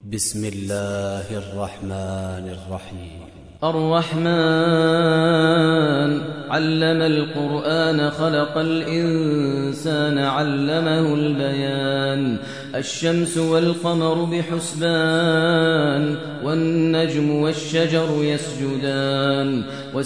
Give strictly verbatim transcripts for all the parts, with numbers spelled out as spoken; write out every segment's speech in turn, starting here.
بسم الله الرحمن الرحيم. الرحمن علم القرآن خلق الإنسان علمه البيان. الشمس والقمر بحسبان والنجم والشجر يسجدان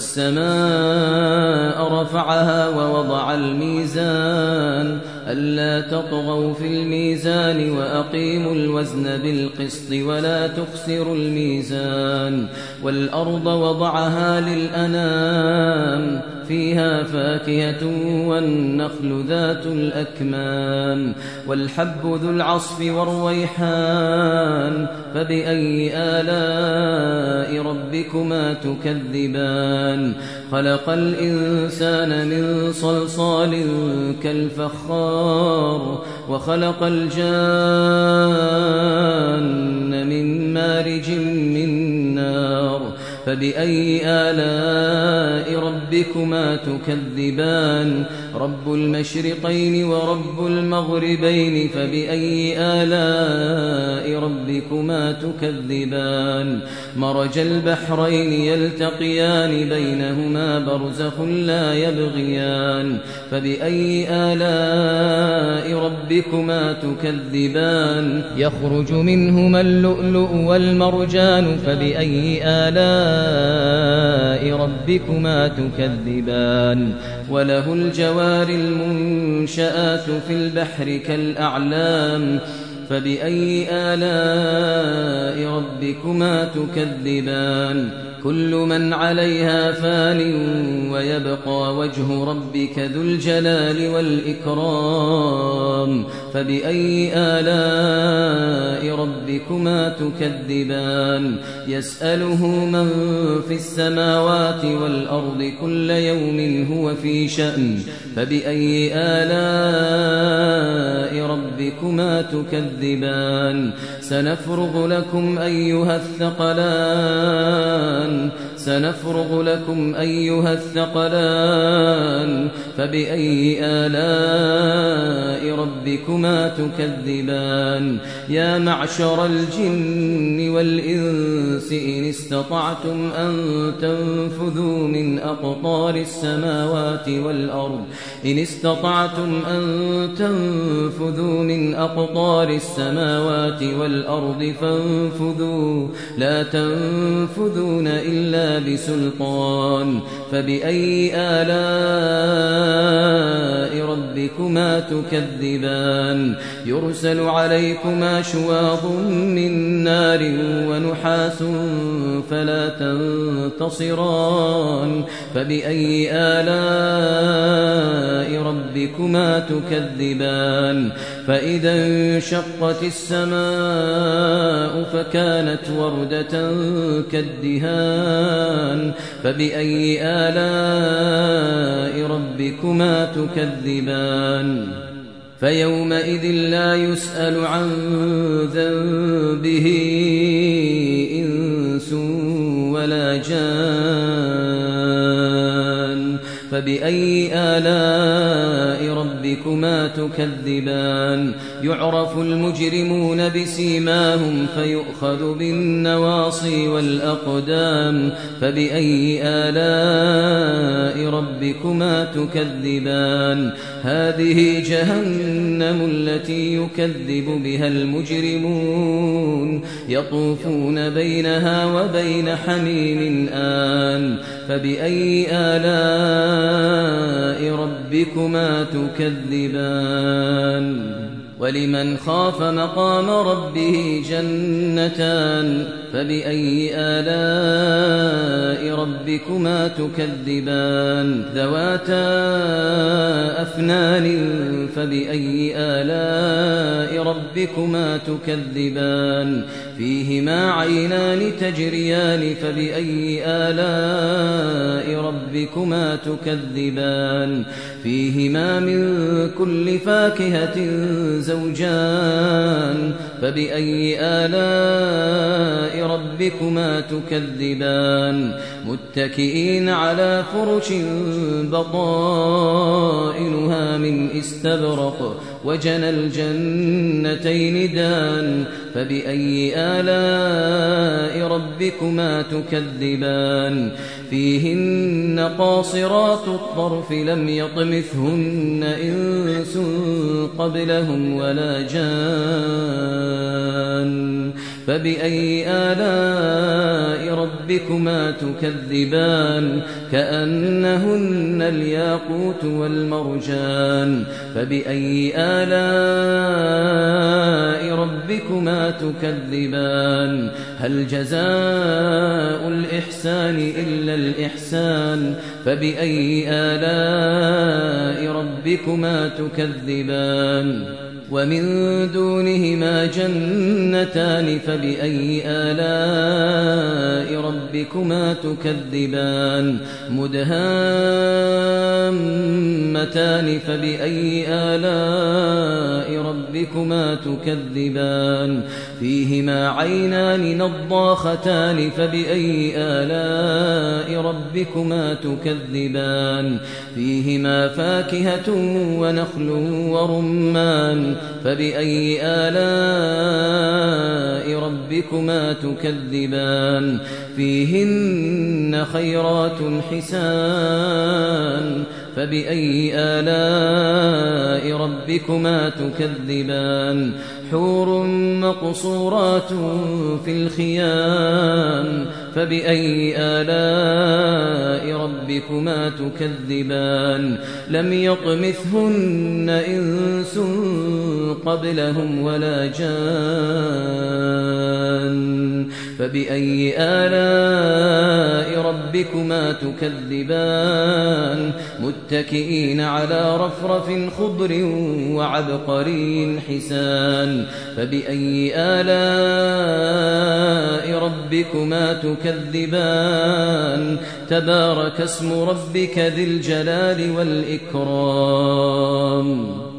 والسماء رفعها ووضع الميزان ألا تطغوا في الميزان وأقيموا الوزن بالقسط ولا تخسروا الميزان. والأرض وضعها للأنام فيها فاكهة والنخل ذات الأكمام والحب ذو العصف والريحان فبأي آلاء ربكما تكذبان. خلق الإنسان من صلصال كالفخار وخلق الجان من مارج من نار فبأي آلاء ربكما تكذبان. رب المشرقين ورب المغربين فبأي آلاء ربكما تكذبان. مرج البحرين يلتقيان بينهما برزخ لا يبغيان فبأي آلاء ربكما تكذبان. يخرج منهما اللؤلؤ والمرجان فبأي آلاء ربكما تكذبان. وله الجوار المنشآت في البحر كالأعلام فبأي آلاء ربكما تكذبان. كل من عليها فان ويبقى وجه ربك ذو الجلال والإكرام فبأي آلاء ربكما تكذبان. يسأله من في السماوات والأرض كل يوم هو في شأن فبأي آلاء ربكما تكذبان. سنفرغ لكم أيها الثقلان سنفرغ لكم أيها الثقلان فبأي آلاء ربكما تكذبان. يا معشر الجن والإنس إن استطعتم أن تنفذوا من أقطار السماوات والأرض إن استطعتم أن تنفذوا من أقطار السماوات والأرض فانفذوا لا تنفذون إلا بسلطان فبأي آلاء ربكما تكذبان. يرسل عليكما شواظ من نار ونحاس فلا تنتصران فبأي آلاء ربكما تكذبان. فإذا انشقت السماء فكانت وردة كالدهان فبأي آلاء ربكما تكذبان. فيومئذ لا يسأل عن ذنبه إنس ولا جان فبأي آلاء ربكما تكذبان. يعرف المجرمون بسيماهم فيؤخذ بالنواصي والأقدام فبأي آلاء ربكما تكذبان. هذه جهنم التي يكذب بها المجرمون يطوفون بينها وبين حميم آن فبأي آلاء ربكما تكذبان. ولمن خاف مقام ربه جنتان فبأي آلاء ربكما تكذبان. ذواتا أفنان فبأي آلاء ربكما تكذبان. فيهما عينان تجريان فبأي آلاء ربكما تكذبان. فيهما من كل فاكهة زوجان فبأي آلاء ربكما تكذبان. متكئين على فرش بطائنها من استبرق وجنى الجنتين دان فبأي آلاء ربكما تكذبان فيهن قاصرات الطرف لم يطمثهن إنس قبلهم ولا جان فبأي آلاء ربكما تكذبان كأنهن الياقوت والمرجان فبأي آلاء ربكما تكذبان هل جزاء الإحسان إلا الإحسان فبأي آلاء ربكما تكذبان ومن دونهما جنتان فبأي آلاء ربكما تكذبان مدهامتان فبأي آلاء ربكما تكذبان فيهما عينان نضاختان فبأي آلاء ربكما تكذبان فيهما فاكهة ونخل ورمان فبأي آلاء ربكما تكذبان فيهن خيرات حسان فبأي آلاء ربكما تكذبان حور مقصورات في الخيام فبأي آلاء ربكما تكذبان لم يطمثهن إنس قبلهم ولا جان فبأي آلاء ربكما تكذبان متكئين على رفرف خضر وعبقري حسان فبأي آلاء ربكما تكذبان تبارك اسم ربك ذي الجلال والإكرام